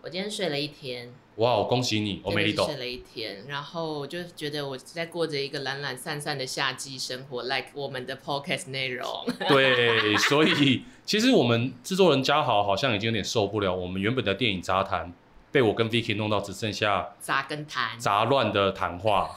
我今天睡了一天。 哇，恭喜你，我没理懂。 睡了一天，然后我就觉得我在过着一个懒懒散散的夏季生活 ，like 我们的 podcast 内容。 对，所以其实我们制作人嘉豪好像已经有点受不了，我们原本的电影杂谈被我跟 Vicky 弄到只剩下杂跟谈、 杂乱的谈话，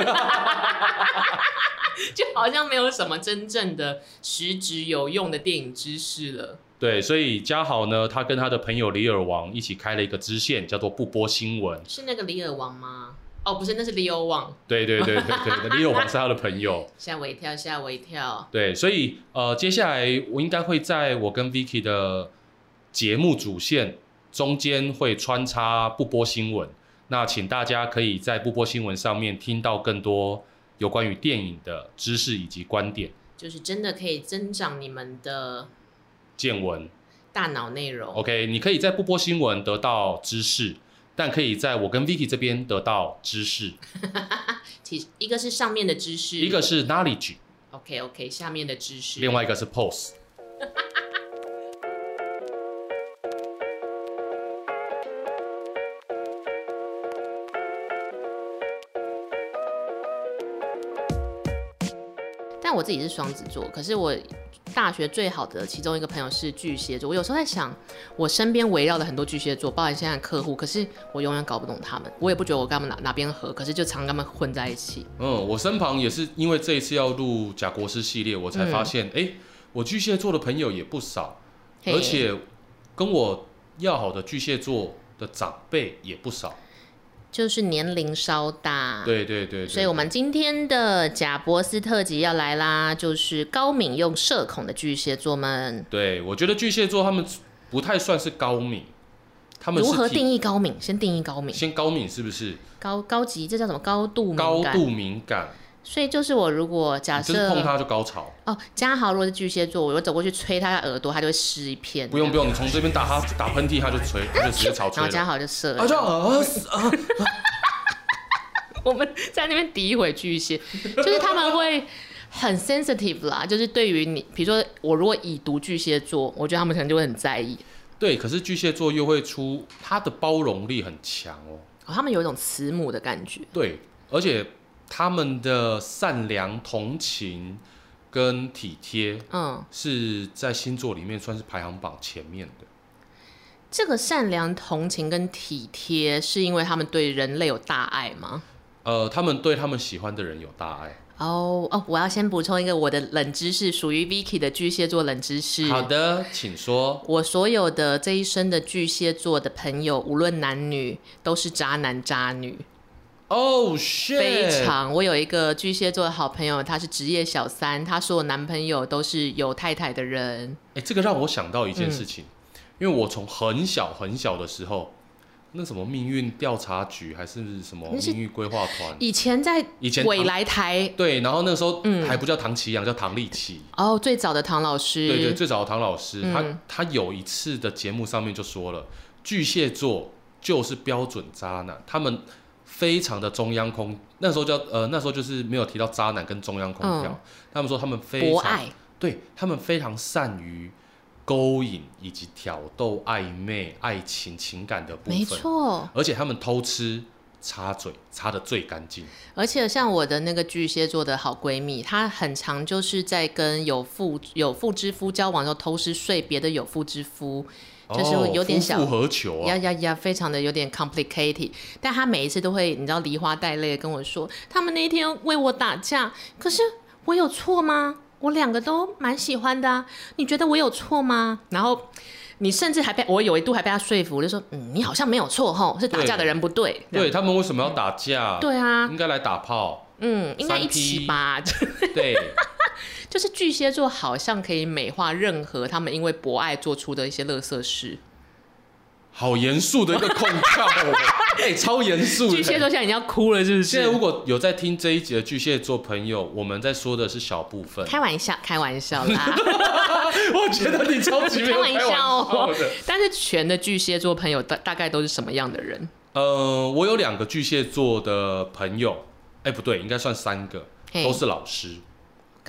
就好像没有什么真正的实质有用的电影知识了。 对，所以嘉豪呢，他跟他的朋友李尔王一起开了一个支线，叫做不播新闻。 是那个李尔王吗？哦，不是，那是李尔王。 对，李尔王是他的朋友。 吓我一跳，吓我一跳。 对，所以接下来我应该会在我跟 Vicky 的节目主线中间会穿插不播新闻。那请大家可以在不播新闻上面听到更多有关于电影的知识以及观点， 就是真的可以增长你们的见闻大脑内容。 OK， 你可以在不播新闻得到知识，但可以在我跟 Vicky 这边得到知识。 一个是上面的知识， 一个是 knowledge， OK， 下面的知识， 另外一个是 pose。 但我自己是双子座，可是我大学最好的其中一个朋友是巨蟹座。我有时候在想，我身边围绕了很多巨蟹座，包含现在的客户，可是我永远搞不懂他们。我也不觉得我跟他们哪边合，可是就常跟他们混在一起。 我身旁也是因为这一次要录贾国师系列，我才发现，我巨蟹座的朋友也不少，而且跟我要好的巨蟹座的长辈也不少。 就是年龄稍大， 对， 所以我们今天的贾博士特辑要来啦，就是高敏又社恐的巨蟹座们。 对，我觉得巨蟹座他们不太算是高敏，他们是如何定义高敏？先定义高敏， 先高敏是不是？ 高级，这叫什么？高度敏感。 高度敏感。 所以就是我如果假设就是碰他就高潮哦，嘉豪如果是巨蟹座，我走过去吹他的耳朵，他就会湿一片。 不用，你从这边打喷嚏，他就吹，他就直接潮吹了。 然后嘉豪就射了。我们在那边诋毁巨蟹，就是他们会很 sensitive 啦，就是对于你，比如说我如果已读巨蟹座，我觉得他们可能就会很在意。 对，可是巨蟹座又会出他的包容力很强哦。 他们有一种慈母的感觉。 对，而且他们的善良、同情跟体贴，是在星座里面算是排行榜前面的。 这个善良、同情跟体贴，是因为他们对人类有大爱吗？ 他们对他们喜欢的人有大爱。 我要先补充一个我的冷知识，属于 Vicky 的巨蟹座冷知识。 好的，请说。 我所有的这一生的巨蟹座的朋友，无论男女，都是渣男渣女。 shit！ 非常，我有一个巨蟹座的好朋友，他是职业小三，他所有男朋友都是有太太的人。 这个让我想到一件事情，因为我从很小很小的时候，那什么命运调查局还是什么命运规划团， 以前在未来台， 对，然后那个时候还不叫唐奇阳，叫唐立奇。 最早的唐老师， 对，最早的唐老师，他有一次的节目上面就说了，巨蟹座就是标准渣男，他们非常的中央空，那时候就是没有提到渣男跟中央空调，他们说他们非常博爱， 对，他们非常善于勾引以及挑逗暧昧爱情情感的部分， 没错， 而且他们偷吃插嘴插得最干净。 而且像我的那个巨蟹座的好闺蜜，她很常就是在跟有妇之夫交往的时候偷师睡别的有妇之夫，就是有点小夫复何求啊， 非常的有点 complicated。但她每一次都会你知道梨花带泪的跟我说，他们那天为我打架，可是我有错吗？我两个都蛮喜欢的啊，你觉得我有错吗？然后你甚至我有一度还被他说服，就说你好像没有错吼，是打架的人不对。 对，他们为什么要打架？ 对啊， 应该来打炮。 应该一起吧。 对， 就是巨蟹座好像可以美化任何他们因为博爱做出的一些垃圾事。 好严肃的一个控告超严肃的。 巨蟹座现在已经要哭了，是不是？ 现在如果有在听这一集的巨蟹座朋友，我们在说的是小部分， 开玩笑啦。 我觉得你超级没有开玩笑的。 但是全的巨蟹座朋友大概都是什么样的人？ 我有2个巨蟹座的朋友，不对，应该算3个，都是老师。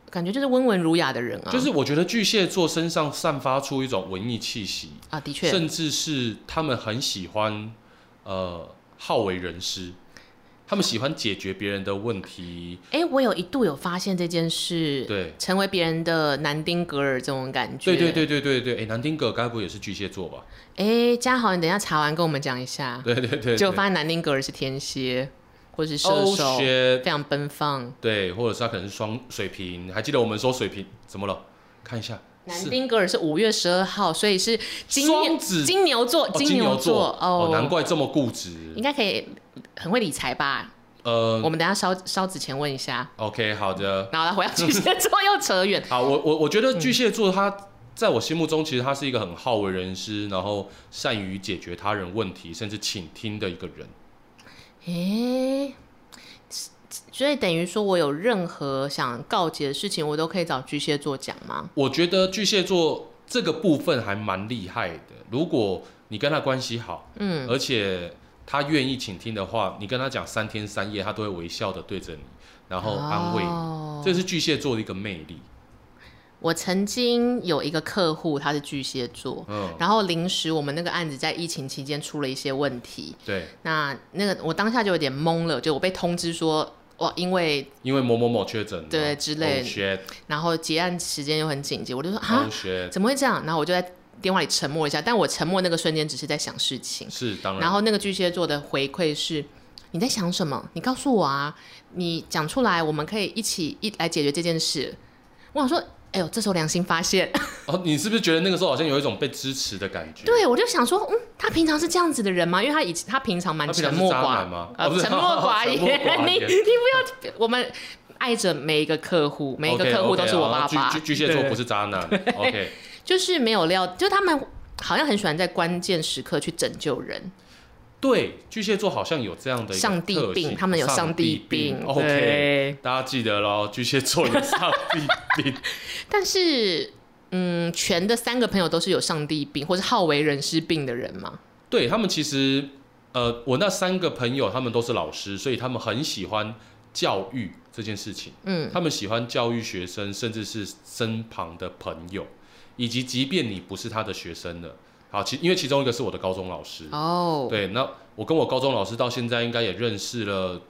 感觉就是温文儒雅的人啊。 就是我觉得巨蟹座身上散发出一种文艺气息啊，的确， 甚至是他们很喜欢好为人师。他们喜欢解决别人的问题。 我有一度有发现这件事， 对， 成为别人的南丁格尔这种感觉。 对，南丁格尔该不会也是巨蟹座吧？ 嘉豪，你等一下查完跟我们讲一下。 对， 结果发现南丁格尔是天蝎，或是射手，非常奔放。 对，或者是他可能是双水瓶。还记得我们说水瓶怎么了？看一下。 南丁格尔是5月12号，所以是双子金牛座，金牛座难怪这么固执。 应该可以很会理财吧？我们等一下烧纸前问一下。 OK， 好的。 然后他回到巨蟹座又扯远。 好，我觉得巨蟹座他在我心目中其实他是一个很好为人师，然后善于解决他人问题，甚至倾听的一个人。 所以等于说，我有任何想告解的事情，我都可以找巨蟹座讲吗？ 我觉得巨蟹座这个部分还蛮厉害的。如果你跟他关系好，而且他愿意倾听的话，你跟他讲3天3夜，他都会微笑的对着你，然后安慰你。这是巨蟹座的一个魅力。 我曾经有一个客户，他是巨蟹座，然后临时我们那个案子在疫情期间出了一些问题， 对， 那个我当下就有点懵了，就我被通知说，哇，因为某某某确诊， 对之类的， 然后结案时间又很紧急，我就说啊，怎么会这样？然后我就在电话里沉默一下，但我沉默那个瞬间只是在想事情， 是当然。 然后那个巨蟹座的回馈是，你在想什么？你告诉我啊，你讲出来，我们可以一起来解决这件事。我想说，这时候良心发现。 你是不是觉得那个时候好像有一种被支持的感觉？ 对，我就想说，他平常是这样子的人吗？因为他平常蛮沉默寡言，沉默寡言。你不要，我们爱着每一个客户，每一个客户都是我爸爸。 巨蟹座不是渣男。OK， 就是没有料，就他们好像很喜欢在关键时刻去拯救人。 对，巨蟹座好像有这样的一个上帝病，他们有上帝病。 OK， 大家记得咯，巨蟹座有上帝病。 但是，全的3个朋友都是有上帝病或是好为人师病的人吗？ 对，他们其实，我那3个朋友他们都是老师，所以他们很喜欢教育这件事情。他们喜欢教育学生，甚至是身旁的朋友，以及即便你不是他的学生了。好，因为其中一个是我的高中老师。对，那我跟我高中老师到现在应该也认识了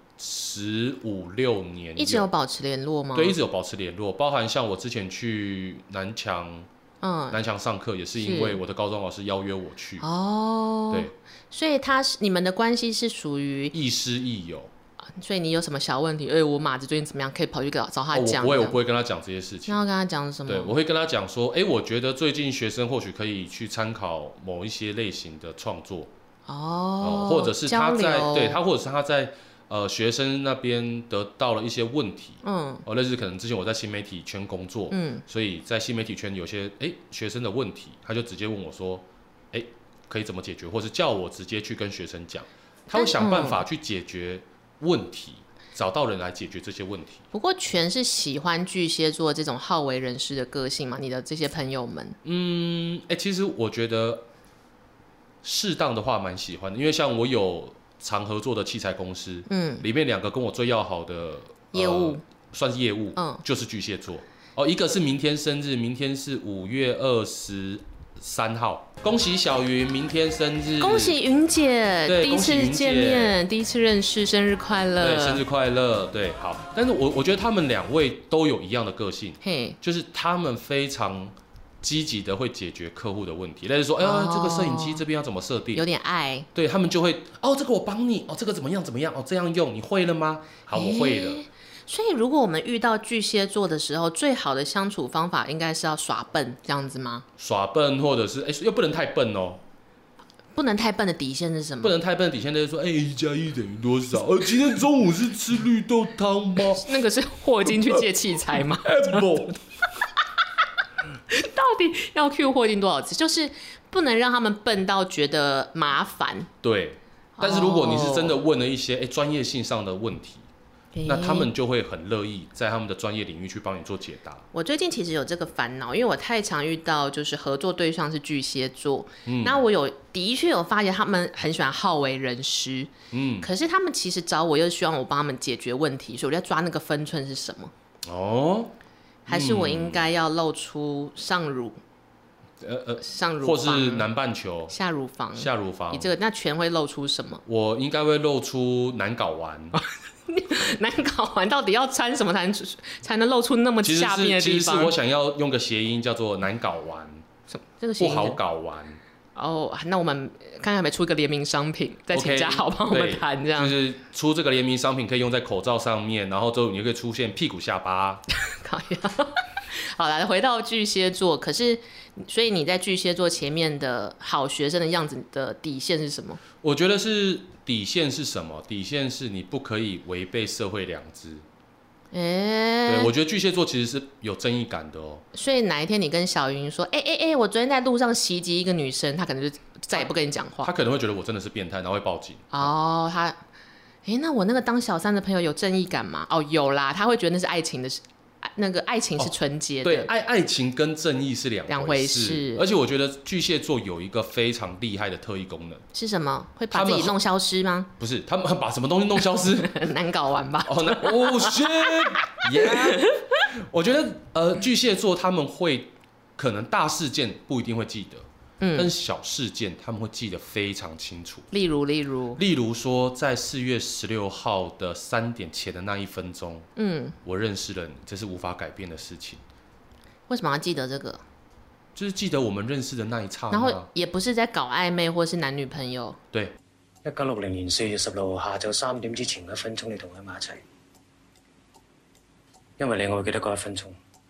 15、16年， 一直有保持联络吗？ 对，一直有保持联络，包含像我之前去南强上课，也是因为我的高中老师邀约我去。对， 所以你们的关系是属于亦师亦友。 所以你有什么小问题？我马子最近怎么样？可以跑去找他讲。 我不会跟他讲这些事情。 那要跟他讲什么？ 对，我会跟他讲说，我觉得最近学生或许可以去参考某一些类型的创作。或者是他或者是他在学生那边得到了一些问题。类似可能之前我在新媒体圈工作，所以在新媒体圈有些学生的问题，他就直接问我说，可以怎么解决，或是叫我直接去跟学生讲，他会想办法去解决问题，找到人来解决这些问题。 不过全是喜欢巨蟹座这种好为人师的个性吗？你的这些朋友们？ 其实我觉得适当的话蛮喜欢的，因为像我有常合作的器材公司，里面2个跟我最要好的业务， 算是业务，就是巨蟹座。一个是明天生日，明天是5月23号。恭喜小云明天生日！恭喜云姐，第一次见面，第一次认识，生日快乐！ 对，生日快乐！对，好。但是我觉得他们2位都有一样的个性，就是他们非常积极的会解决客户的问题。例如说，这个摄影机这边要怎么设定？ 有点爱。 对，他们就会，这个我帮你，这个怎么样？这样用，你会了吗？好，我会了。 所以，如果我们遇到巨蟹座的时候，最好的相处方法应该是要耍笨，这样子吗？ 耍笨，或者是又不能太笨哦。 不能太笨的底线是什么？ 不能太笨的底线就是说，1+1等于多少？今天中午是吃绿豆汤吗？ 那个是霍金去借器材吗？到底要 Q 霍金多少次？就是不能让他们笨到觉得麻烦。 对，但是如果你是真的问了一些专业性上的问题，那他们就会很乐意在他们的专业领域去帮你做解答。 我最近其实有这个烦恼，因为我太常遇到就是合作对象是巨蟹座，那我的确有发现他们很喜欢好为人师，可是他们其实找我又希望我帮他们解决问题，所以我在抓那个分寸是什么。 还是我应该要露出上乳？上乳或房是南半球、 下乳房？ 下乳房。 你这个那全会露出什么？ 我应该会露出南睾丸。 南睾丸到底要穿什么才能露出那么下面的地方？ 其实是我想要用个谐音叫做南睾丸， 这个谐音不好睾丸。 哦，那我们看看有没有出一个联名商品，再请嘉豪帮我们谈这样。 就是出这个联名商品可以用在口罩上面，然后之后你就可以出现屁股下巴。 好啦，回到巨蟹座，可是所以你在巨蟹座前面的好学生的样子的底线是什么？ 我觉得是底线是什么？底线是你不可以违背社会良知。对，我觉得巨蟹座其实是有正义感的哦。 所以哪一天你跟小云说，我昨天在路上袭击一个女生，她可能就再也不跟你讲话。 她可能会觉得我真的是变态，然后会报警。 哦，那我那个当小三的朋友有正义感吗？哦，有啦，他会觉得那是爱情的事。那个爱情是纯洁的， 对，爱情跟正义是两回事。 而且我觉得巨蟹座有一个非常厉害的特异功能， 是什么？会把自己弄消失吗？ 不是，他们把什么东西弄消失？ 难搞完吧？ shit， 我觉得巨蟹座他们会可能大事件不一定会记得。但是小事件他们会记得非常清楚。例如说，在4月16号的3点前的那1分钟，我认识了你，这是无法改变的事情。 为什么要记得这个？ 就是记得我们认识的那一刹那。 然后也不是在搞暧昧或是男女朋友。 对。 1960年4月16號下晝3點之前1分鐘，你同佢喺埋一齊，因為你我會記得嗰1分鐘。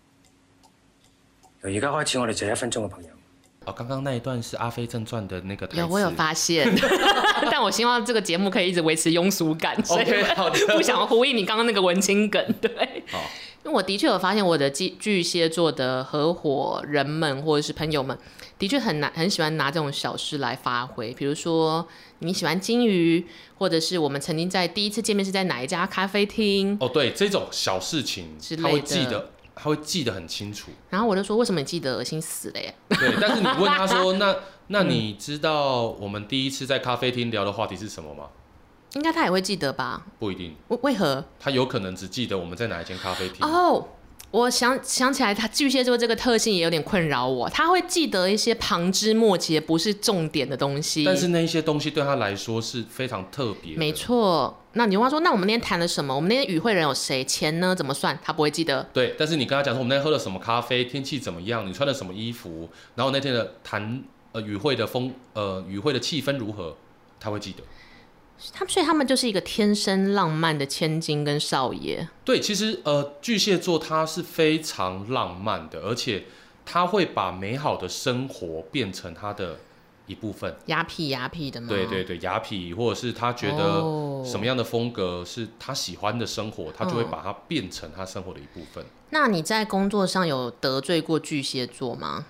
由而家開始，我哋就係1分鐘嘅朋友。 剛剛那一段是《阿飛正傳》的那個台詞。 我有發現，但我希望這個節目可以一直維持庸俗感，所以不想呼應你剛剛那個文青梗。對，因為我的確有發現，我的巨蟹座的合夥人們或者是朋友們，的確很喜歡拿這種小事來發揮。比如說你喜歡金魚，或者是我們曾經在第一次見面是在哪一家咖啡廳。 對，這種小事情他會記得。他會記得很清楚， 然後我就說：“為什麼你記得？惡心死了耶！” 對，但是你問他說：“那你知道我們第一次在咖啡廳聊的話題是什麼嗎？” 應該他也會記得吧？ 不一定。 為何？ 他有可能只記得我們在哪一間咖啡廳。 哦，我想起來，他巨蟹座這個特性也有點困擾我。他會記得一些旁枝末節，不是重點的東西。 但是那些東西對他來說是非常特別的。 沒錯。那你問他說，那我們那天談了什麼？我們那天與會人有誰？錢呢？怎麼算？他不會記得。 對，但是你跟他講說，我們那天喝了什麼咖啡，天氣怎麼樣，你穿了什麼衣服，然後那天的與會的氣氛如何，他會記得。 所以他們就是一個天生浪漫的千金跟少爺。對， 其實巨蟹座他是非常浪漫的，而且他會把美好的生活變成他的一部分。雅痞的嗎？對對對，雅痞，或者是他覺得什麼樣的風格是他喜歡的生活，他就會把它變成他生活的一部分。 那你在工作上有得罪過巨蟹座嗎？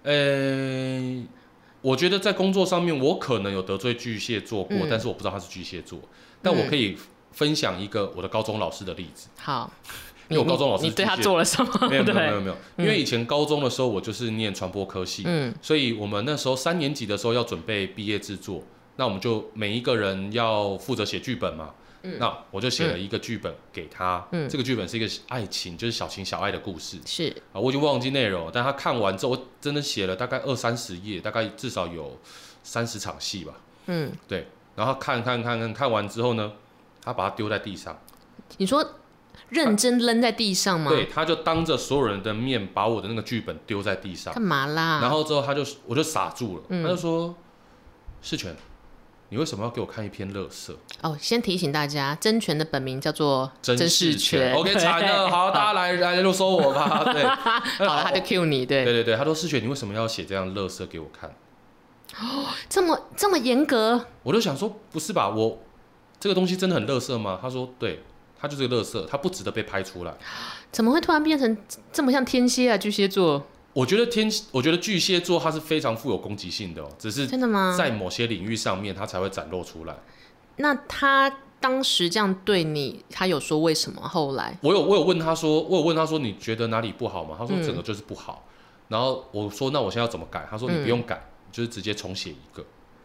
我覺得在工作上面我可能有得罪巨蟹座過，但是我不知道他是巨蟹座。但我可以分享一個我的高中老師的例子。好。因為我高中老師你對他做了什麼？ 沒有，因為以前高中的時候我就是念傳播科系，所以我們那時候3年級的時候要準備畢業製作，那我們就每一個人要負責寫劇本嘛，那我就寫了一個劇本給他，這個劇本是一個愛情，就是小情小愛的故事，是啊，我已經忘記內容了，但他看完之後，我真的寫了大概20-30頁，大概至少有30場戲吧，對，然後看完之後呢，他把它丟在地上，你說認真扔在地上嗎？對，他就當着所有人的面把我的那個劇本丟在地上。幹嘛啦？然後之後我就傻住了，他就說：世權，你為什麼要給我看一篇垃圾？哦，先提醒大家，真權的本名叫做曾世權。OK， 慘了，好，大家來就說我吧。對，好了，他就 cue 你，對，他說：世權，你為什麼要寫這樣垃圾給我看？哦，這麼嚴格？我就想說，不是吧，我這個東西真的很垃圾嗎？他說：對。他就是個垃圾，他不值得被拍出來。怎麼會突然變成這麼像天蠍啊？巨蟹座？我覺得巨蟹座它是非常富有攻擊性的哦，只是真的嗎？在某些領域上面，它才會展露出來。那他當時這樣對你，他有說為什麼？後來我有問他說，你覺得哪裡不好嗎？他說整個就是不好。然後我說那我現在要怎麼改？他說你不用改，就是直接重寫一個。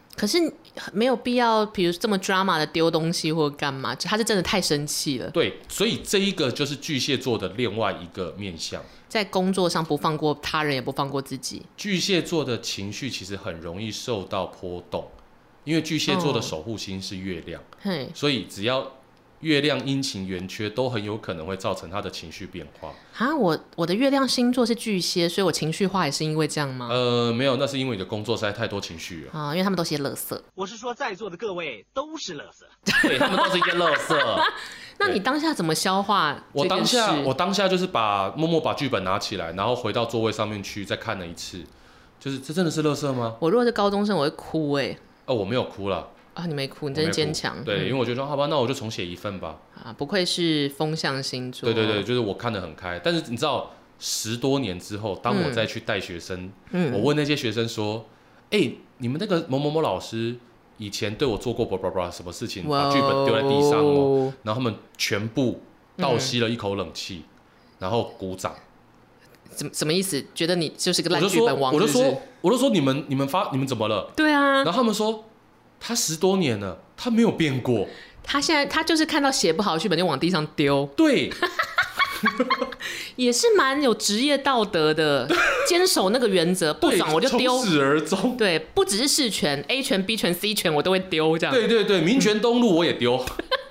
可是没有必要，比如这么 drama 的丢东西或干嘛，他是真的太生气了。 对，所以这一个就是巨蟹座的另外一个面向， 在工作上不放过他人，也不放过自己。 巨蟹座的情绪其实很容易受到波动，因为巨蟹座的守护星是月亮，所以只要月亮阴晴圆缺都很有可能会造成他的情绪变化。 我的月亮星座是巨蟹，所以我情绪化也是因为这样吗？ 没有，那是因为你的工作实在太多情绪了因为他们都是些垃圾。 我是说在座的各位都是垃圾， 对，他们都是一些垃圾。 那你当下怎么消化这件事？ 我当下就是默默把剧本拿起来，然后回到座位上面去再看了一次，就是这真的是垃圾吗？ 我如果是高中生，我会哭我没有哭了。 你没哭，你真是坚强。 对，因为我觉得说好吧，那我就重写一份吧。 不愧是风象星座。 对，就是我看得很开。但是你知道，10多年之后，当我再去带学生，我问那些学生说：“你们那个某某某老师以前对我做过什么事情，把剧本丢在地上哦。”然后他们全部倒吸了一口冷气，然后鼓掌。 什么意思？觉得你就是个烂剧本王？ 我就说你们怎么了？ 对啊。 然后他们说。他10多年了，他没有变过。 他现在他就是看到写不好的剧本就往地上丢。 对， 也是蛮有职业道德的，坚守那个原则，不爽我就丢， 从始而终。 对，不只是士权 ，A 权、B 权、C 权我都会丢，这样。 对，民权东路我也丢。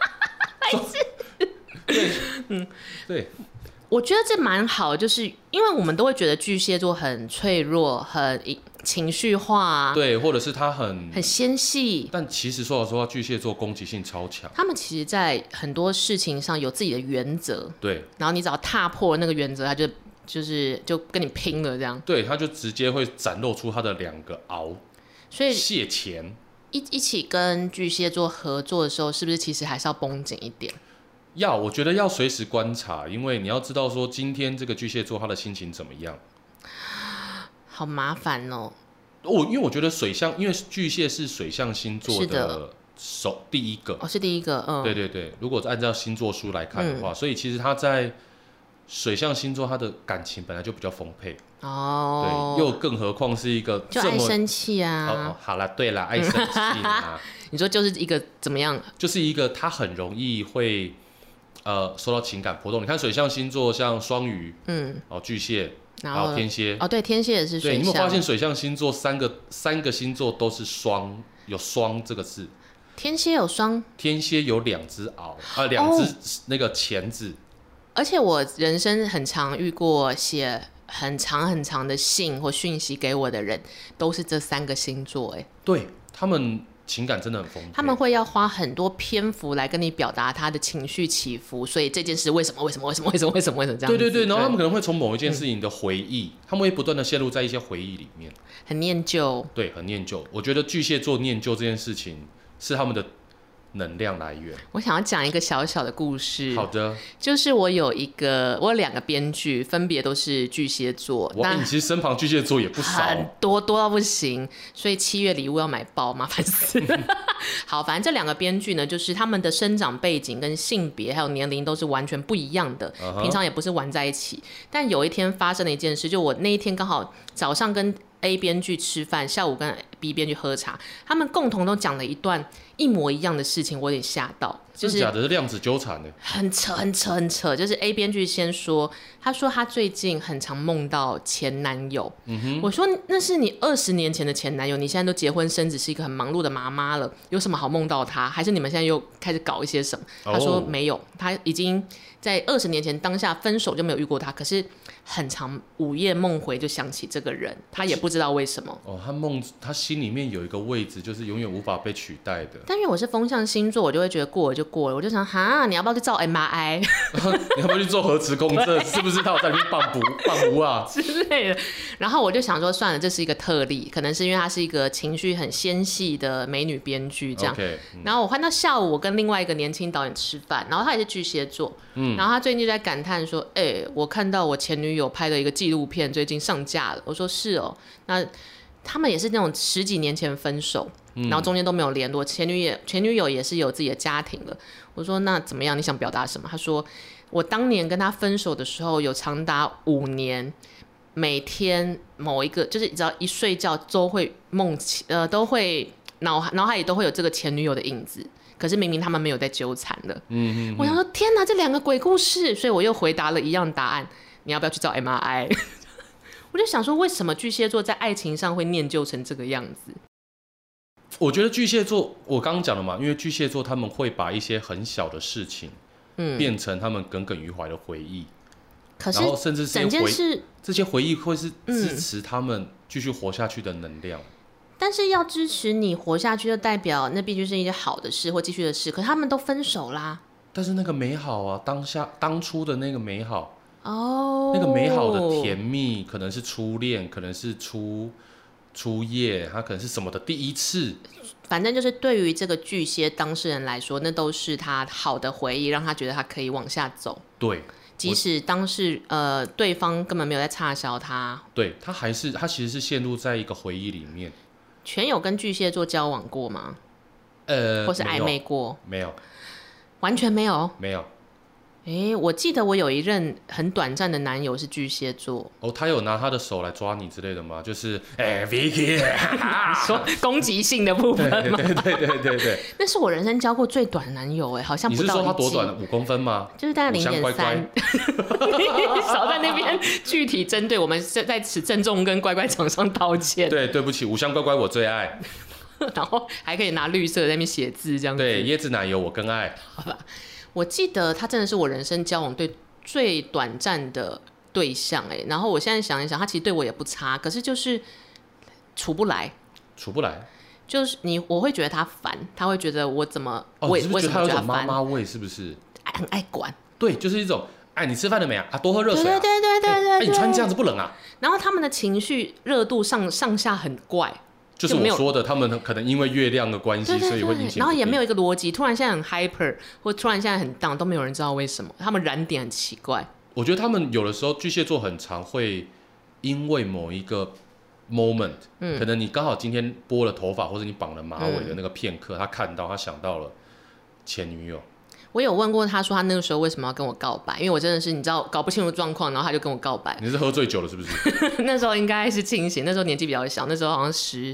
对。 我觉得这蛮好，就是因为我们都会觉得巨蟹座很脆弱、很情绪化， 对，或者是他很纤细。但其实说老实话，巨蟹座攻击性超强。 他们其实，在很多事情上有自己的原则， 对。 然后你只要踏破那个原则，他就跟你拼了这样。 对，他就直接会展露出他的2个鳌， 所以蟹钳。 一起跟巨蟹座合作的时候，是不是其实还是要绷紧一点？ 我觉得要随时观察，因为你要知道说今天这个巨蟹座他的心情怎么样。 好麻烦哦。 因为我觉得因为巨蟹是水象星座的第一个。 是第一个。 对，如果按照星座书来看的话，所以其实他在水象星座他的感情本来就比较丰沛。对，又更何况是一个就爱生气啊。 好啦，对啦，爱生气啊。 你说就是一个怎么样？ 就是一个他很容易会受到情感波动。你看水象星座像双鱼，巨蟹，然后天蝎。 对，天蝎也是水象。 对，你有没有发现水象星座三个星座都是双，有双这个字。 天蝎有双， 天蝎有2只鳌，2只那个钳子。 而且我人生很常遇过写很长的信或讯息给我的人，都是这3个星座。 对，他们情感真的很丰富， 他们会要花很多篇幅来跟你表达他的情绪起伏，所以这件事为什么这样？ 对，然后他们可能会从某一件事情的回忆，他们会不断的陷入在一些回忆里面， 很念旧。对， 很念旧。我觉得巨蟹座念旧这件事情是他们的能量来源。 我想要讲一个小小的故事。 好的。 就是我有2个编剧，分别都是巨蟹座。 你其实身旁巨蟹座也不少， 很多到不行，所以7月礼物要买爆，麻烦死了。好，反正这2个编剧呢，就是他们的生长背景跟性别还有年龄都是完全不一样的，平常也不是玩在一起。但有一天发生了一件事，就我那一天刚好早上跟A 编剧吃饭，下午跟 B 编剧喝茶，他们共同都讲了一段一模一样的事情，我有点吓到。 就是假的，是量子纠缠的， 很扯。就是 A 编剧先说，他说他最近很常梦到前男友。我说那是你20年前的前男友，你现在都结婚生子，是一个很忙碌的妈妈了，有什么好梦到他？还是你们现在又开始搞一些什么？他说没有，他已经在20年前当下分手就没有遇过他，可是很常午夜梦回就想起这个人，他也不知道为什么。 他心里面有一个位置，就是永远无法被取代的。 但因为我是风象星座，我就会觉得过了就过了，我就想你要不要去照 MRI？ 你要不要去做核磁共振？是不是他有在那边棒无啊之类的？然后我就想说，算了，这是一个特例，可能是因为她是一个情绪很纤细的美女编剧这样。然后我换到下午，我跟另外一个年轻导演吃饭，然后他也是巨蟹座，然后他最近就在感叹说：“我看到我前女友拍的一个纪录片，最近上架了。”我说：“是哦。”那他们也是那种10几年前分手，然后中间都没有联络，前女友也是有自己的家庭了。我说那怎么样？你想表达什么？他说我当年跟他分手的时候，有长达5年，每天某一个就是只要一睡觉都会脑海里都会有这个前女友的影子，可是明明他们没有在纠缠了。 嗯， 我想说天哪，这2个鬼故事，所以我又回答了一样答案，你要不要去找 MRI？ 我就想说，为什么巨蟹座在爱情上会念旧成这个样子？ 我觉得巨蟹座，我刚刚讲了嘛，因为巨蟹座他们会把一些很小的事情，变成他们耿耿于怀的回忆。 可是， 然后甚至整件事， 这些回忆会是支持他们继续活下去的能量。 但是要支持你活下去，就代表那必须是一件好的事或继续的事。可是他们都分手啦。 但是那个美好啊，当初的那个美好， 那个美好的甜蜜，可能是初恋，可能是初夜，它可能是什么的第一次。 反正就是对于这个巨蟹当事人来说，那都是他好的回忆，让他觉得他可以往下走。 对。 即使对方根本没有在插销他， 对，他其实是陷入在一个回忆里面。 全有跟巨蟹座交往过吗？或是暧昧过？ 没有， 完全没有。 没有。 我记得我有一任很短暂的男友是巨蟹座。 他有拿他的手来抓你之类的吗？就是Vicky， 你说攻击性的部分吗？ 对。 那是我人生交过最短的男友，好像不到1季。 你是说他多短？5公分吗？ 就是大概0.3。少在那边具体针对，我们在此郑重跟乖乖厂商道歉。 对不起，5香乖乖我最爱。 然后还可以拿绿色在那边写字这样子。 对，椰子奶油我更爱。 好吧。我记得他真的是我人生交往最短暂的对象然后我现在想一想，他其实对我也不差，可是就是处不来，就是我会觉得他烦，他会觉得我怎么为什么觉得他烦？他有种妈妈味是不是？ 很爱管， 对，就是一种你吃饭了没啊？多喝热水啊！ 对， 你穿这样子不冷啊？ 然后他们的情绪热度上下很怪。 就是我说的，他们可能因为月亮的关系，所以会引起。 然后也没有一个逻辑，突然现在很 hyper， 或突然现在很 down， 都没有人知道为什么。他们燃点很奇怪。 我觉得他们有的时候巨蟹座很常会因为某一个 moment，可能你刚好今天拨了头发，或者你绑了马尾的那个片刻，他看到，他想到了前女友。 我有问过他说他那个时候为什么要跟我告白，因为我真的是你知道搞不清楚状况，然后他就跟我告白。 你是喝醉酒了是不是？ 那时候应该是清醒，那时候年纪比较小，那时候好像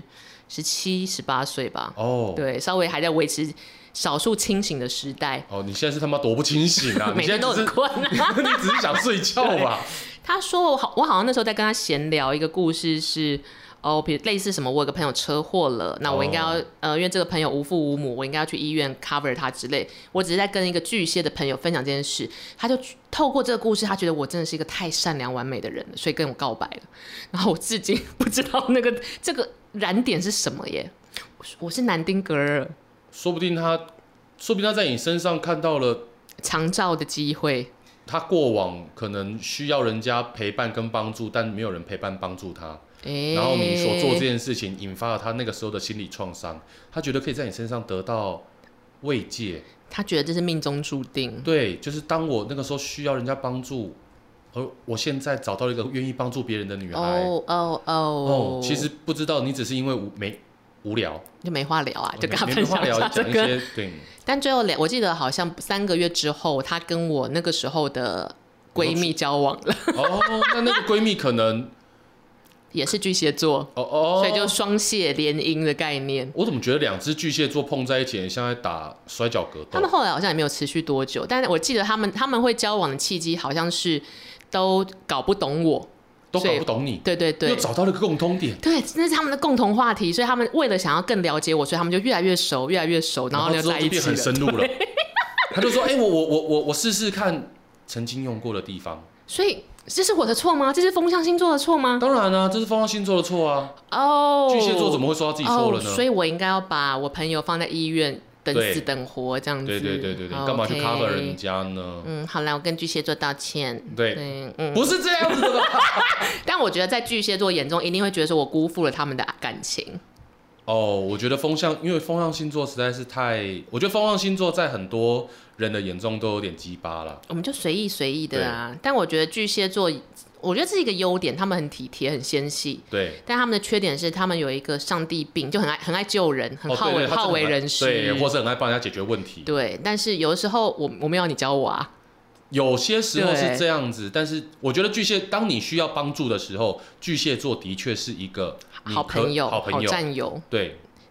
17、18岁吧。对，稍微还在维持少数清醒的时代。 你现在是他妈多不清醒啊！ 每天都很困啊。 你只是想睡觉吧？ 他说我好像那时候在跟他闲聊一个故事是。类似什么，我有个朋友车祸了，那我应该要因为这个朋友无父无母，我应该要去医院 cover 他之类。我只是在跟一个巨蟹的朋友分享这件事，他就透过这个故事，他觉得我真的是一个太善良完美的人了，所以跟我告白了。然后我至今不知道这个燃点是什么耶。我是南丁格尔， 说不定他在你身上看到了长照的机会。 他过往可能需要人家陪伴跟帮助，但没有人陪伴帮助他。然后你所做这件事情引发了他那个时候的心理创伤，他觉得可以在你身上得到慰藉， 他觉得这是命中注定。 对，就是当我那个时候需要人家帮助，而我现在找到了一个愿意帮助别人的女孩。其实不知道你只是因为无聊就没话聊啊，就跟他分享一下这个。 对， 但最后我记得好像3个月之后，他跟我那个时候的闺蜜交往了。 那个闺蜜可能。 也是巨蟹座所以就双蟹联姻的概念。 我怎么觉得2只巨蟹座碰在一起，像在打摔跤格斗？ 他们后来好像也没有持续多久，但是我记得他们会交往的契机，好像是都搞不懂我， 都搞不懂你。 对， 又找到了个共通点。 对，那是他们的共同话题，所以他们为了想要更了解我，所以他们就越来越熟，然后就在一起了， 很深入了。他就说：“我试试看曾经用过的地方。” 所以。这是我的错吗？这是风象星座的错吗？ 当然啊，这是风象星座的错啊。巨蟹座怎么会说他自己错了呢？ 所以我应该要把我朋友放在医院等死等活这样子。 对，干嘛去 cover 人家呢？ 好啦，我跟巨蟹座道歉。 对，不是这样子的吧？ 但我觉得在巨蟹座眼中，一定会觉得说我辜负了他们的感情。 我觉得因为风象星座实在是我觉得风象星座在很多人的眼中都有点鸡巴啦。我们就随意的啊。但我觉得巨蟹座，我觉得这是一个优点，他们很体贴，很纤细。 对。 但他们的缺点是，他们有一个上帝病，就很爱救人，很好为人师， 对，或是很爱帮人家解决问题。 对。但是有的时候，我没有你教我啊。 有些时候是这样子，但是我觉得当你需要帮助的时候，巨蟹座的确是一个好朋友、好战友。 对，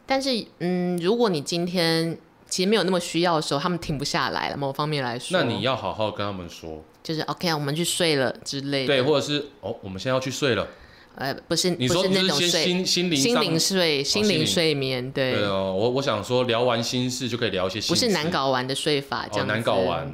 但是如果你今天其实没有那么需要的时候，他们停不下来了，某方面来说， 那你要好好跟他们说， 就是 OK， 我们去睡了之类的。 对，或者是我们现在要去睡了。 不是， 你说不是那种就是睡， 心灵睡眠，对。 对哦，我想说聊完心事就可以聊一些心事， 不是难搞完的睡法，这样子。 难搞完。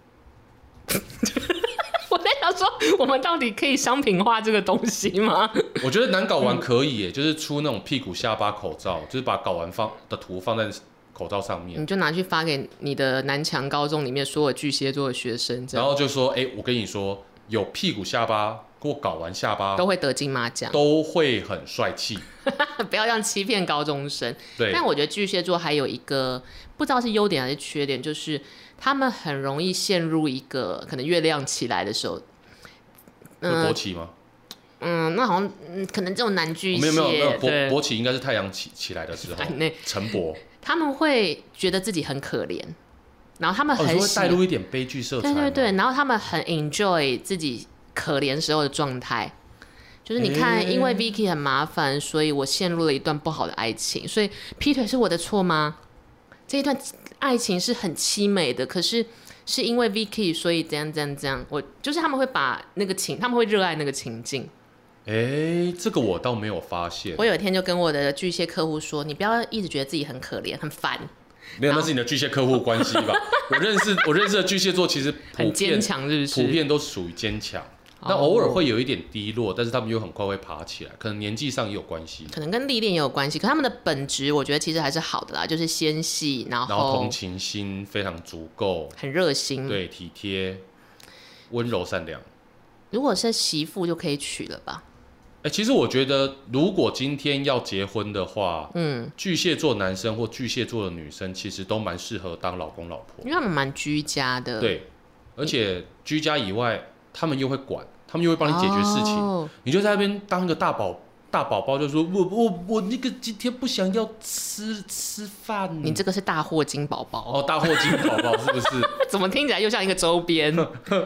我在想说，我们到底可以商品化这个东西吗？ 我觉得难搞完可以耶，就是出那种屁股下巴口罩，就是把搞完的图放在口罩上面， 你就拿去发给你的南强高中里面所有巨蟹座的学生， 然后就说，我跟你说，有屁股下巴或搞完下巴都会得金马奖， 都会很帅气。 不要这样欺骗高中生。 对， 但我觉得巨蟹座还有一个不知道是优点还是缺点，就是他们很容易陷入一个可能月亮起来的时候， 勃起吗？ 那好像可能这种男巨蟹， 没有，勃起应该是太阳起来的时候，晨勃。 他们会觉得自己很可怜，然后他们很会带入一点悲剧色彩。 对，然后他们很 enjoy 自己可怜时候的状态。就是你看，因为 Vicky 很麻烦，所以我陷入了一段不好的爱情，所以劈腿是我的错吗？这一段爱情是很凄美的，可是是因为 Vicky， 所以怎样，我就是他们会把那个他们会热爱那个情境。 这个我倒没有发现。 我有一天就跟我的巨蟹客户说，你不要一直觉得自己很可怜、很烦。 没有，那是你的巨蟹客户关系吧？我认识的巨蟹座其实很坚强， 普遍都属于坚强。那偶尔会有一点低落，但是他们又很快会爬起来，可能年纪上也有关系， 可能跟历练也有关系。可他们的本质，我觉得其实还是好的啦，就是纤细，然后同情心非常足够， 很热心， 对，体贴、温柔、善良。 如果是媳妇就可以娶了吧？ 其实我觉得，如果今天要结婚的话，巨蟹座男生或巨蟹座的女生其实都蛮适合当老公老婆， 因为他们蛮居家的， 对，而且居家以外，他们又会管。他们又会帮你解决事情，你就在那边当个大宝宝，就说我那个今天不想要吃饭。 你这个是大货金宝宝大货金宝宝是不是？ 怎么听起来又像一个周边？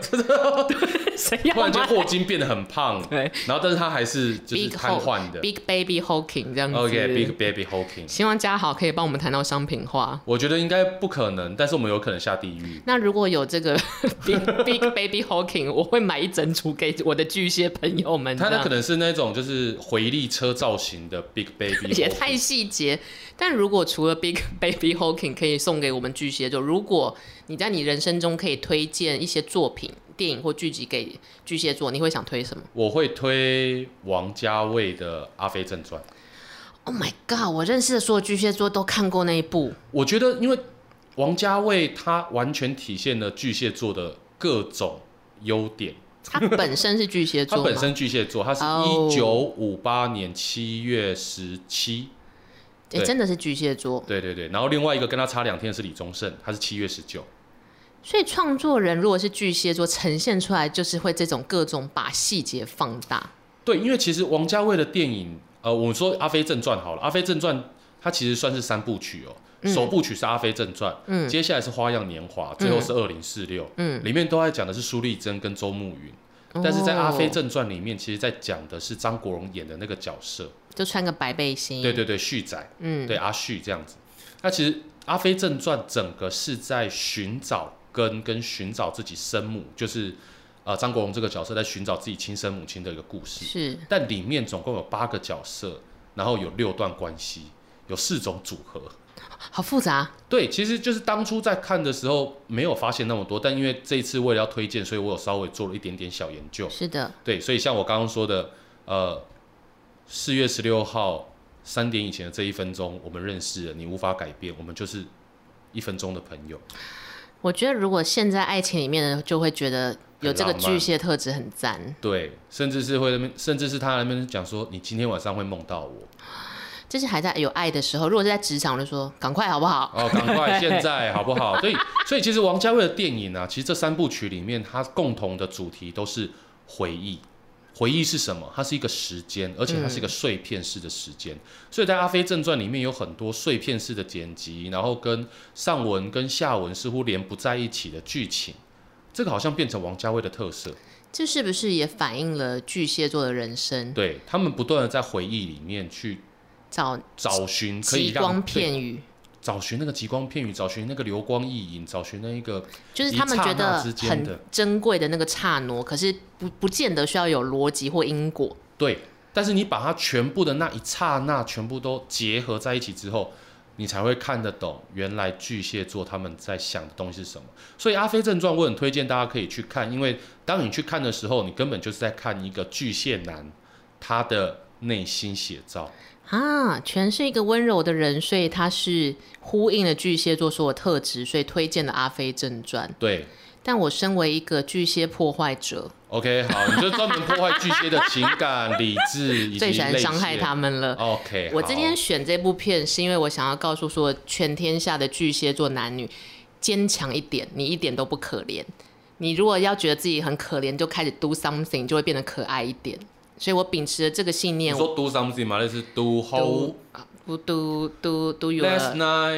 突然间霍金变得很胖， 对， 然后但是他还是就是瘫痪的 Big Baby Hawking 这样子。 OK，Big Baby Hawking。 希望嘉豪可以帮我们谈到商品化。 我觉得应该不可能，但是我们有可能下地狱。 那如果有这个 Big Baby Hawking， 我会買一整组给我的巨蟹朋友们。 他可能是那种就是回力车造型的 Big Baby， 也太细节。但如果除了 Big Baby Hawking 可以送给我们巨蟹座，如果你在你人生中可以推荐一些作品、电影或剧集给巨蟹座，你会想推什么？ 我会推王家卫的《阿飞正传》。 Oh my god！ 我认识的所有巨蟹座都看过那一部。 我觉得，因为王家卫他完全体现了巨蟹座的各种优点。 他本身是巨蟹座吗？ 他本身巨蟹座，他是1958年7月17。 真的是巨蟹座。 对，然后另外一个跟他差2天是李宗盛，他是7月19。 所以创作人如果是巨蟹座，呈现出来就是会这种各种把细节放大。 对，因为其实王家卫的电影，我们说《阿飞正传》好了，《阿飞正传》它其实算是3部曲哦。首部曲是《阿飞正传》，接下来是《花样年华》，最后是2046。里面都在讲的是苏丽珍跟周慕云。但是在《阿飞正传》里面，其实在讲的是张国荣演的那个角色， 就穿个白背心。 对，旭仔，对，阿旭这样子。那其实《阿飞正传》整个是在寻找跟寻找自己生母，就是张国荣这个角色在寻找自己亲生母亲的一个故事。 是， 但里面总共有8个角色，然后有6段关系，有4种组合。 好复杂。 对，其实就是当初在看的时候没有发现那么多，但因为这一次为了要推荐，所以我有稍微做了一点点小研究。 是的， 对，所以像我刚刚说的，4月16号3点以前的这1分钟，我们认识了，你无法改变，我们就是1分钟的朋友。 我觉得如果现在爱情里面的，就会觉得有这个巨蟹特质很赞。 对，甚至是他那边讲说，你今天晚上会梦到我。 就是还在有爱的时候，如果是在职场，我就说赶快好不好？ 赶快现在好不好？所以其实王家卫的电影啊，其实这3部曲里面，它共同的主题都是回忆。回忆是什么？它是一个时间，而且它是一个碎片式的时间。所以在《阿飞正传》里面有很多碎片式的剪辑，然后跟上文跟下文似乎连不在一起的剧情，这个好像变成王家卫的特色。 这是不是也反映了巨蟹座的人生？ 对，他们不断的在回忆里面去找寻可以极光片语， 找寻那个极光片语，找寻那个流光溢影，找寻那一个就是他们觉得很珍贵的那个刹那，可是不见得需要有逻辑或因果。 对，但是你把它全部的那一刹那全部都结合在一起之后，你才会看得懂原来巨蟹座他们在想的东西是什么。所以《阿飞正传》我很推荐大家可以去看，因为当你去看的时候，你根本就是在看一个巨蟹男他的内心写照啊，全是一个温柔的人，所以他是呼应了巨蟹座所有特质，所以推荐了《阿飞正传》。 对， 但我身为一个巨蟹破坏者 ，OK， 好，你就专门破坏巨蟹的情感、理智以及最喜欢伤害他们了。 OK， 我今天选这部片是因为我想要告诉说，全天下的巨蟹座男女坚强一点，你一点都不可怜。你如果要觉得自己很可怜，就开始 do something， 就会变得可爱一点。所以我秉持了这个信念。 你说 do something 吗？那是 do how？ 不 do your last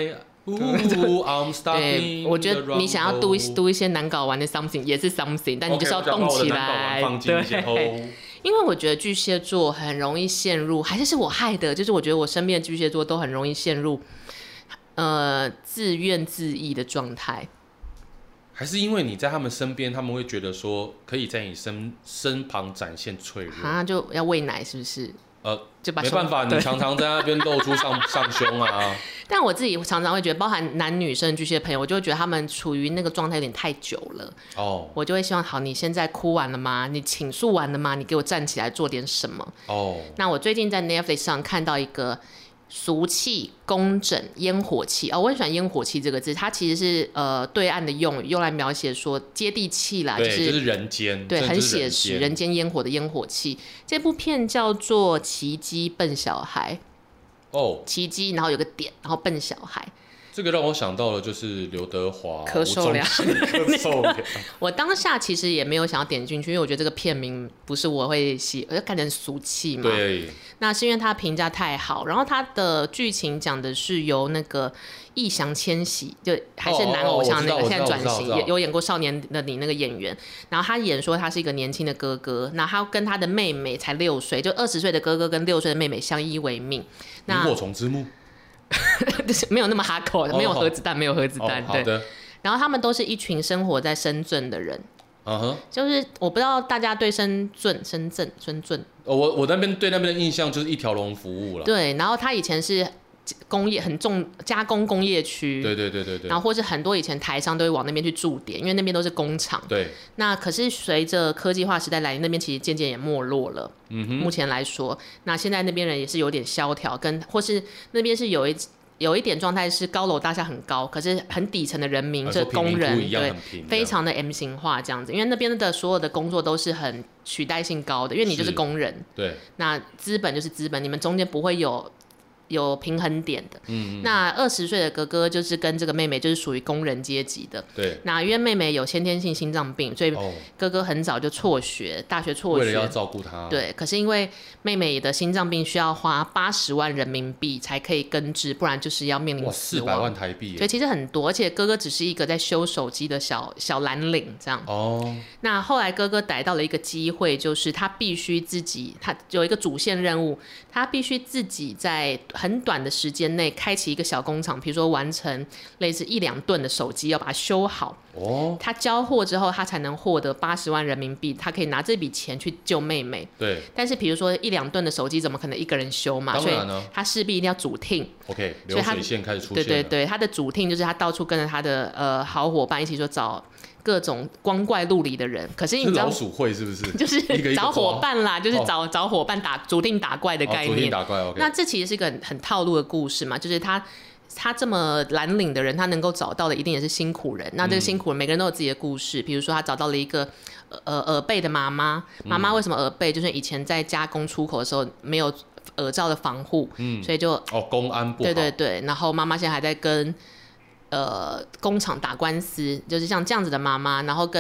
night。I'm 对，我觉得你想要 do 一些难搞玩的 something 也是 something， 但你就是要动起来。对，因为我觉得巨蟹座很容易陷入，还是我害的，就是我觉得我身边的巨蟹座都很容易陷入自怨自艾的状态。 还是因为你在他们身边，他们会觉得说可以在你身旁展现脆弱啊，就要喂奶是不是？就把没办法，你常常在那边露出上胸啊。 但我自己常常会觉得，包含男女生巨蟹朋友，我就会觉得他们处于那个状态有点太久了。哦，我就会希望，好，你现在哭完了吗？你倾诉完了吗？你给我站起来做点什么。哦，那我最近在 Netflix 上看到一个俗气、工整、烟火气我很喜欢烟火气这个字，它其实是对岸的用语，用来描写说接地气啦， 对，就是人间， 对，很写实，人间烟火的烟火气。这部片叫做《奇迹笨小孩》哦，奇迹，然后有个点，然后笨小孩。 这个让我想到了，就是刘德华柯受良。 柯受良我当下其实也没有想要点进去，因为我觉得这个片名不是我会看成俗气嘛。 对。 那是因为他评价太好，然后他的剧情讲的是由那个易烊千玺，就还是男偶像那个，现在转型有演过《少年的你》那个演员，然后他演说他是一个年轻的哥哥，那他跟他的妹妹才6岁，就20岁的哥哥跟6岁的妹妹相依为命。 萤火虫之墓。 没有那么哈口的，没有核子弹，没有核子弹。对。然后他们都是一群生活在深圳的人。就是我不知道大家对深圳， 我那边对那边的印象就是一条龙服务了。 对，然后他以前是工业很重加工工业区， 对， 然后或是很多以前台商都会往那边去驻点，因为那边都是工厂。 对， 那可是随着科技化时代来临，那边其实渐渐也没落了。目前来说，那现在那边人也是有点萧条，或是那边是有一点状态是高楼大厦很高，可是很底层的人民，这工人对非常的 M 型化这样子，因为那边的所有的工作都是很取代性高的，因为你就是工人。 对， 那资本就是资本，你们中间不会有平衡点的。那20岁的哥哥就是跟这个妹妹就是属于工人阶级的。 对。 那因为妹妹有先天性心脏病，所以哥哥很早就辍学，大学辍学。 为了要照顾她。 对。可是因为妹妹的心脏病需要花80万人民币才可以根治，不然就是要面临死亡。 400万台币。 所以其实很多，而且哥哥只是一个在修手机的小蓝领这样。哦。那后来哥哥逮到了一个机会，就是他必须自己，他有一个主线任务，他必须自己在很短的时间内开启一个小工厂，比如说完成类似1-2吨的手机，要把它修好。哦，他交货之后，他才能获得80万人民币，他可以拿这笔钱去救妹妹。 对。 但是比如说1-2吨的手机，怎么可能一个人修嘛？ 当然了， 所以他势必一定要组 team。 OK， 流水线开始出现了。 对，他的组 team就是他到处跟着他的好伙伴一起说找各种光怪陆离的人，可是你知道老鼠会是不是？ 就是找伙伴啦，就是找伙伴组 team 打怪的概念。 组 team 打怪 OK。 那这其实是一个很套路的故事嘛，就是他这么蓝领的人，他能够找到的一定也是辛苦人。那这个辛苦人每个人都有自己的故事，比如说他找到了一个耳背的妈妈，妈妈为什么耳背？就是以前在加工出口的时候没有耳罩的防护，所以就公安不好。 对，然后妈妈现在还在跟工厂打官司，就是像这样子的妈妈，然后跟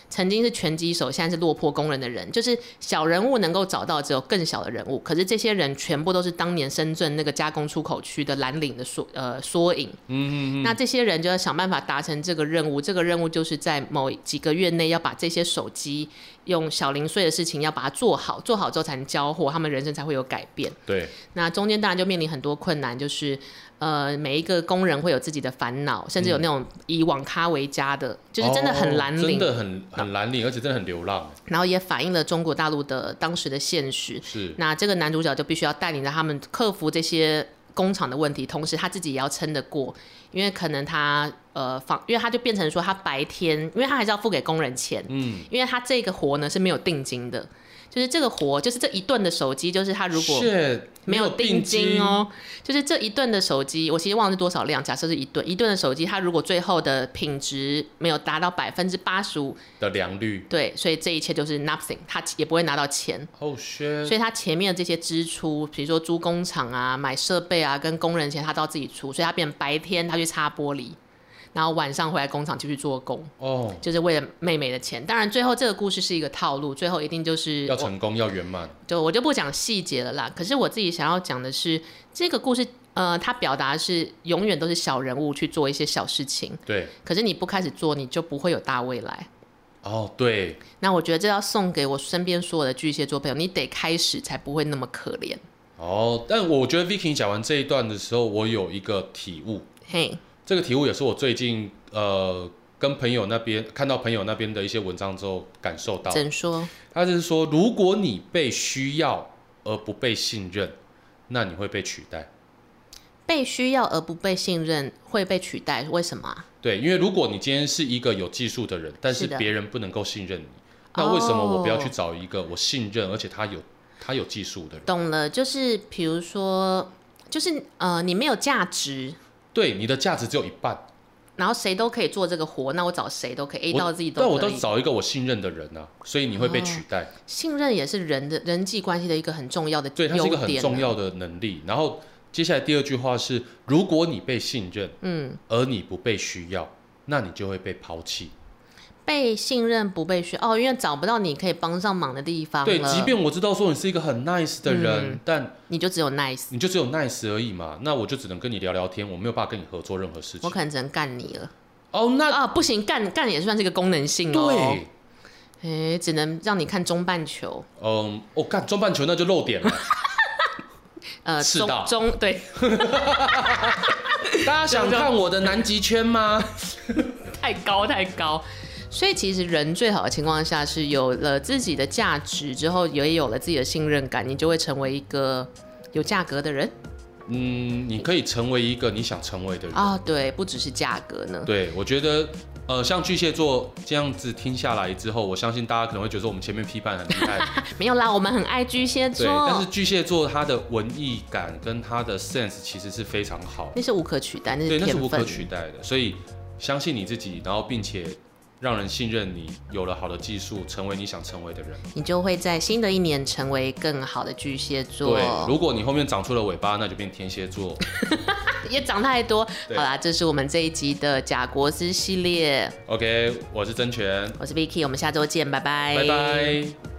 曾经是拳击手，现在是落魄工人的人，就是小人物能够找到只有更小的人物，可是这些人全部都是当年深圳那个加工出口区的蓝领的缩影。那这些人就要想办法达成这个任务，这个任务就是在某几个月内要把这些手机用小零碎的事情要把它做好，做好之后才能交货，他们人生才会有改变。 对， 那中间当然就面临很多困难，就是每一个工人会有自己的烦恼，甚至有那种以网咖为家的，就是真的很蓝领， 真的很蓝领，而且真的很流浪。 然后也反映了中国大陆的当时的现实。 是， 那这个男主角就必须要带领着他们克服这些工厂的问题，同时他自己也要撑得过，因为可能他因为他就变成说他白天，因为他还是要付给工人钱，因为他这个活呢是没有定金的。就是这个活，就是这一顿的手机，就是他如果没有定金哦，就是这一顿的手机，我其实忘了是多少量，假设是一顿的手机，它如果最后的品质没有达到85% 的良率， 对，所以这一切就是 nothing， 他也不会拿到钱。所以他前面的这些支出，比如说租工厂啊、买设备啊、跟工人钱，他都要自己出，所以他变白天他去擦玻璃。然后晚上回来工厂继续做工，就是为了妹妹的钱。当然，最后这个故事是一个套路，最后一定就是要成功，要圆满。 我就不讲细节了啦。可是我自己想要讲的是，这个故事，它表达的是永远都是小人物去做一些小事情。 对。 可是你不开始做，你就不会有大未来。 对。 那我觉得这要送给我身边所有的巨蟹座朋友，你得开始才不会那么可怜。 但我觉得 Vicky 讲完这一段的时候，我有一个体悟。这个体悟也是我最近跟朋友那边看到朋友那边的一些文章之后感受到。 怎说？ 他就是说，如果你被需要而不被信任，那你会被取代。 被需要而不被信任会被取代，为什么啊？ 对，因为如果你今天是一个有技术的人，但是别人不能够信任你，那为什么我不要去找一个我信任而且他有技术的人？ 懂了，就是比如说，就是你没有价值。 对，你的价值只有一半， 然后谁都可以做这个活，那我找谁都可以 A 到自己都可以。 但我都找一个我信任的人啊，所以你会被取代。 信任也是人际关系的一个很重要的优点， 对，它是一个很重要的能力。然后接下来第二句话是：如果你被信任，而你不被需要，那你就会被抛弃。 被信任不被需要因为找不到你可以帮上忙的地方了。 对，即便我知道说你是一个很 nice 的人，但你就只有 nice， 你就只有 nice 而已嘛。那我就只能跟你聊聊天，我没有办法跟你合作任何事情。 我可能只能干你了。 那不行，干也算是一个功能性哦。 对， 只能让你看中半球。 干中半球那就漏点了。赤道对。 大家想看我的南极圈吗？ 太高。所以其实人最好的情况下是有了自己的价值之后，也有了自己的信任感，你就会成为一个有价格的人。 你可以成为一个你想成为的人对，不只是价格呢。 对，我觉得像巨蟹座这样子听下来之后，我相信大家可能会觉得我们前面批判很厉害。 没有啦，我们很爱巨蟹座。 对，但是巨蟹座他的文艺感跟他的 sense 其实是非常好的， 那是无可取代，那是天分。 对，那是无可取代的。所以相信你自己，然后并且让人信任你，有了好的技术，成为你想成为的人， 你就会在新的一年成为更好的巨蟹座。 对，如果你后面长出了尾巴，那就变天蝎座。 也长太多。好啦，这是我们这一集的贾国斯系列。 OK， 我是曾权， 我是 Vicky， 我们下周见，拜拜。 拜拜。